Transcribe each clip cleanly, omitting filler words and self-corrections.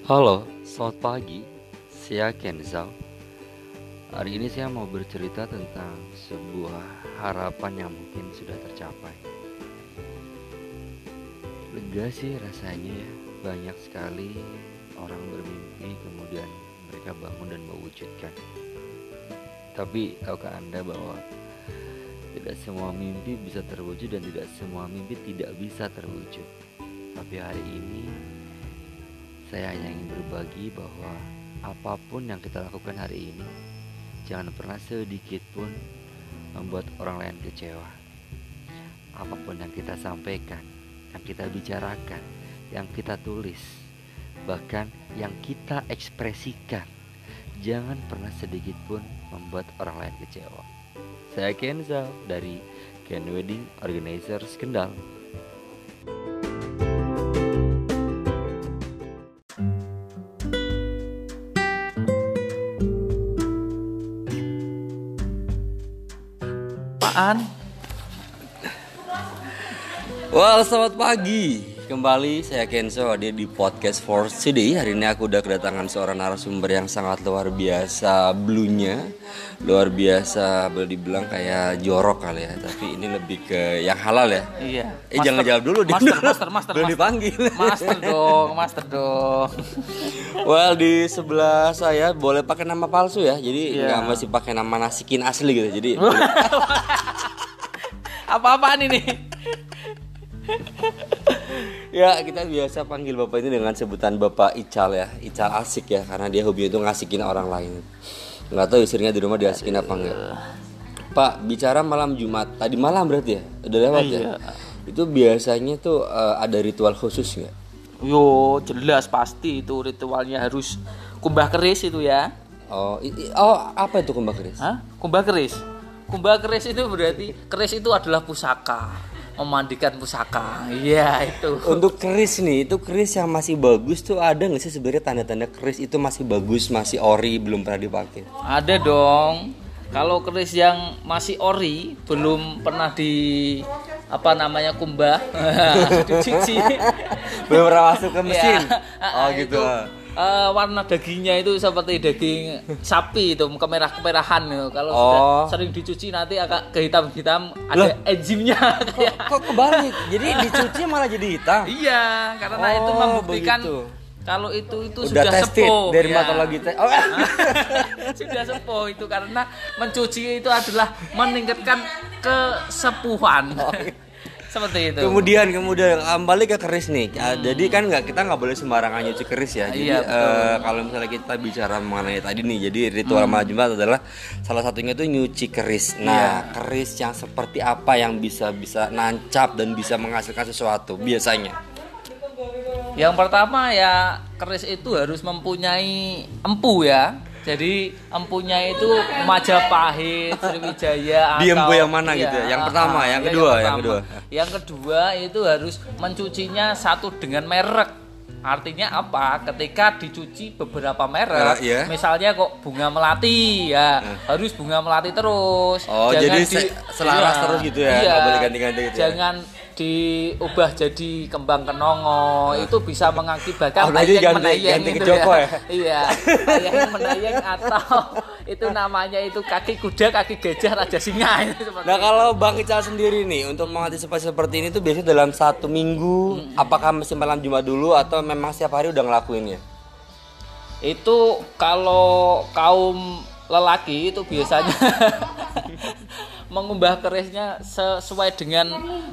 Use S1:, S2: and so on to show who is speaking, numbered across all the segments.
S1: Halo, selamat pagi. Saya Kenzal. Hari ini saya mau bercerita tentang sebuah harapan yang mungkin sudah tercapai. Lega sih rasanya ya. Banyak sekali orang bermimpi kemudian mereka bangun dan mewujudkan. Tapi tahukah Anda bahwa tidak semua mimpi bisa terwujud dan tidak semua mimpi tidak bisa terwujud. Tapi hari ini saya hanya ingin berbagi bahwa apapun yang kita lakukan hari ini, jangan pernah sedikit pun membuat orang lain kecewa. Apapun yang kita sampaikan, yang kita bicarakan, yang kita tulis, bahkan yang kita ekspresikan, jangan pernah sedikit pun membuat orang lain kecewa. Saya Kenzal dari Ken Wedding Organizers Kendal. Well, selamat pagi. Kembali saya Kenzo hadir di podcast for today. Hari ini aku udah kedatangan seorang narasumber yang sangat luar biasa bluenya. Luar biasa, boleh dibilang kayak jorok kali ya. Tapi ini lebih ke yang halal ya.
S2: Iya.
S1: Jangan jawab dulu.
S2: Master.
S1: Belum dipanggil.
S2: Master dong.
S1: Well, di sebelah saya boleh pakai nama palsu ya. Jadi
S2: Iya.
S1: nggak mesti pakai nama Nasikin asli gitu. Jadi
S2: Apa-apaan ini?
S1: ya, kita biasa panggil bapak ini dengan sebutan Bapak Ical ya. Ical asik ya, karena dia hobi itu ngasikin orang lain. Nggak tahu istrinya di rumah diasikin apa enggak. Pak, bicara malam Jumat, tadi malam berarti ya? Udah lewat ya? Itu biasanya tuh ada ritual khusus nggak?
S2: Yo, jelas pasti itu ritualnya harus kumbah keris itu ya.
S1: Oh, apa itu kumbah keris?
S2: Hah? Kumbah keris. Kumbah keris itu berarti keris itu adalah pusaka. Memandikan pusaka. Iya, itu.
S1: Untuk keris nih, itu keris yang masih bagus tuh ada nggak sih sebenarnya tanda-tanda keris itu masih bagus, masih ori, belum pernah dipakai?
S2: Ada dong. Kalau keris yang masih ori, belum pernah kumbah, dicuci.
S1: Belum pernah masuk ke mesin.
S2: Ya,
S1: Gitu.
S2: Warna dagingnya itu seperti daging sapi itu, kemerah-kemerahan gitu. Kalau
S1: Oh.
S2: sudah sering dicuci nanti agak kehitam-hitam, ada enzimnya.
S1: Kok kebalik? Jadi dicuci malah jadi hitam.
S2: Iya, karena itu membuktikan
S1: begitu.
S2: kalau itu
S1: Udah
S2: sudah
S1: tested
S2: sepuh.
S1: dermatologi
S2: Ya. Sudah sepuh itu karena mencuci itu adalah meningkatkan kesepuhan. Seperti itu.
S1: Kemudian kembali ke keris nih. Jadi kan kita nggak boleh sembarangan nyuci keris ya. Jadi
S2: Iya,
S1: kalau misalnya kita bicara mengenai tadi nih, jadi ritual malam Jumat adalah salah satunya itu nyuci keris. Nah, keris yang seperti apa yang bisa nancap dan bisa menghasilkan sesuatu biasanya?
S2: Yang pertama ya keris itu harus mempunyai empu ya. Jadi empunya itu Majapahit, Sriwijaya
S1: Di empu
S2: atau
S1: yang mana gitu ya? Yang pertama, yang kedua.
S2: Yang kedua itu harus mencucinya satu dengan merek. Artinya apa? Ketika dicuci beberapa merek,
S1: Iya.
S2: misalnya kok bunga melati ya, harus bunga melati terus.
S1: Oh,
S2: Jangan
S1: jadi selaras terus gitu ya? Nggak boleh ganti-ganti gitu ya?
S2: Jangan diubah jadi kembang kenongo, itu bisa mengakibatkan
S1: nanti
S2: layang
S1: ganti ke
S2: gitu
S1: Joko ya?
S2: Iya, layang menayang atau itu namanya itu kaki kuda, kaki gajah, raja singa itu seperti
S1: Nah,
S2: itu.
S1: kalau Bang Ical sendiri nih untuk mengantisipasi seperti ini tuh biasanya dalam satu minggu, apakah mesti malam Jumat dulu atau memang setiap hari udah ngelakuinnya?
S2: Itu kalau kaum lelaki itu biasanya mengubah kerisnya sesuai dengan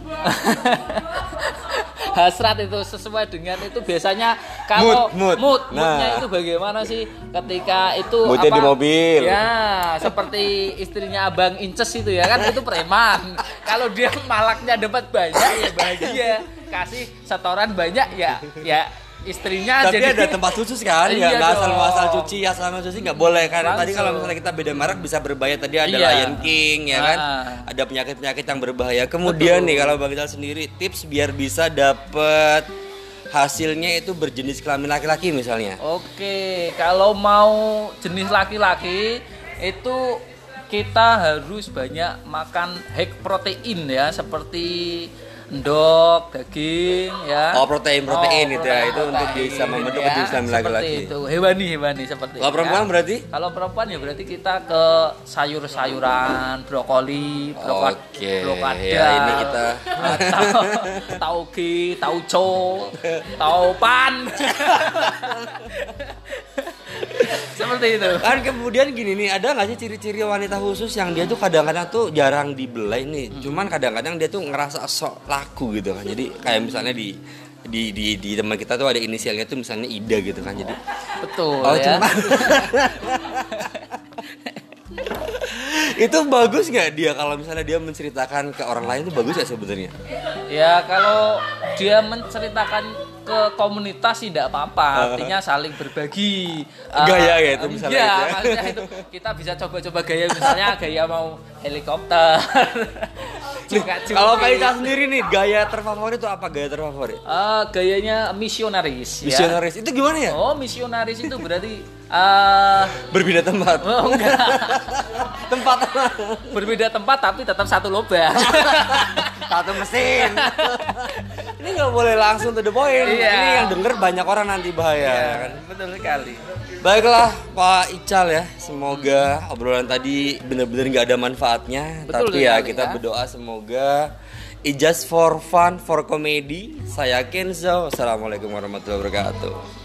S2: hasrat itu, sesuai dengan itu biasanya kalau moodnya itu bagaimana sih ketika itu
S1: Moodnya di mobil.
S2: Ya, seperti istrinya Abang Inces itu ya kan, itu preman. Kalau dia malaknya dapat banyak ya bahagia, kasih setoran banyak ya istrinya.
S1: Tapi
S2: jadi
S1: ada tempat khusus kan?
S2: Iya
S1: Nggak asal
S2: dong.
S1: cuci nggak boleh kan? Tadi
S2: Langsung.
S1: kalau misalnya kita beda merek bisa berbahaya. Tadi ada
S2: Iya.
S1: Lion King ya kan? Ada penyakit yang berbahaya. Kemudian
S2: Betul.
S1: nih kalau Bang Ical sendiri tips biar bisa dapet hasilnya itu berjenis kelamin laki-laki misalnya.
S2: Oke, kalau mau jenis laki-laki itu kita harus banyak makan high protein ya, seperti endok, daging ya.
S3: Oh, protein itu ya. Itu untuk bisa membentuk kejenuhan laki-laki.
S2: Itu hewani seperti
S3: Kalau perempuan berarti?
S2: Kalau perempuan ya berarti kita ke sayur-sayuran, brokoli, blokada.
S3: Ya ini kita
S2: tauge, tauco, taupan. Seperti itu.
S3: Kan kemudian gini nih, ada nggak sih ciri-ciri wanita khusus yang dia tuh kadang-kadang tuh jarang dibelai nih, cuman kadang-kadang dia tuh ngerasa sok laku gitu kan. Jadi kayak misalnya di teman kita tuh ada inisialnya tuh misalnya Ida gitu kan. Jadi
S2: betul
S3: oh,
S2: ya.
S3: Itu bagus nggak dia kalau misalnya dia menceritakan ke orang lain, itu bagus ya sebenarnya?
S2: Ya kalau dia menceritakan ke komunitas sih tidak apa-apa, artinya saling berbagi
S3: gaya ya itu misalnya.
S2: Iya, maksudnya itu kita bisa coba-coba gaya, misalnya gaya mau helikopter.
S3: Kalau Kak Ica sendiri nih, gaya terfavorit itu apa? Gaya terfavorit?
S2: Gayanya misionaris.
S3: Misionaris itu gimana ya?
S2: Oh, misionaris itu berarti
S3: berbeda tempat.
S2: Oh, enggak.
S3: Tempat
S2: berbeda tempat tapi tetap satu lubang.
S3: Satu mesin. Ini nggak boleh langsung to the point.
S2: Iya.
S3: Ini yang denger banyak orang nanti bahaya.
S2: Iya,
S3: Kan?
S2: betul sekali.
S3: Baiklah Pak Ical ya, semoga obrolan tadi benar-benar nggak ada manfaatnya.
S2: Betul
S3: tapi ya
S2: sekali,
S3: kita
S2: ya.
S3: berdoa semoga it just for fun, for comedy. Saya Kenzo. Assalamualaikum warahmatullahi wabarakatuh.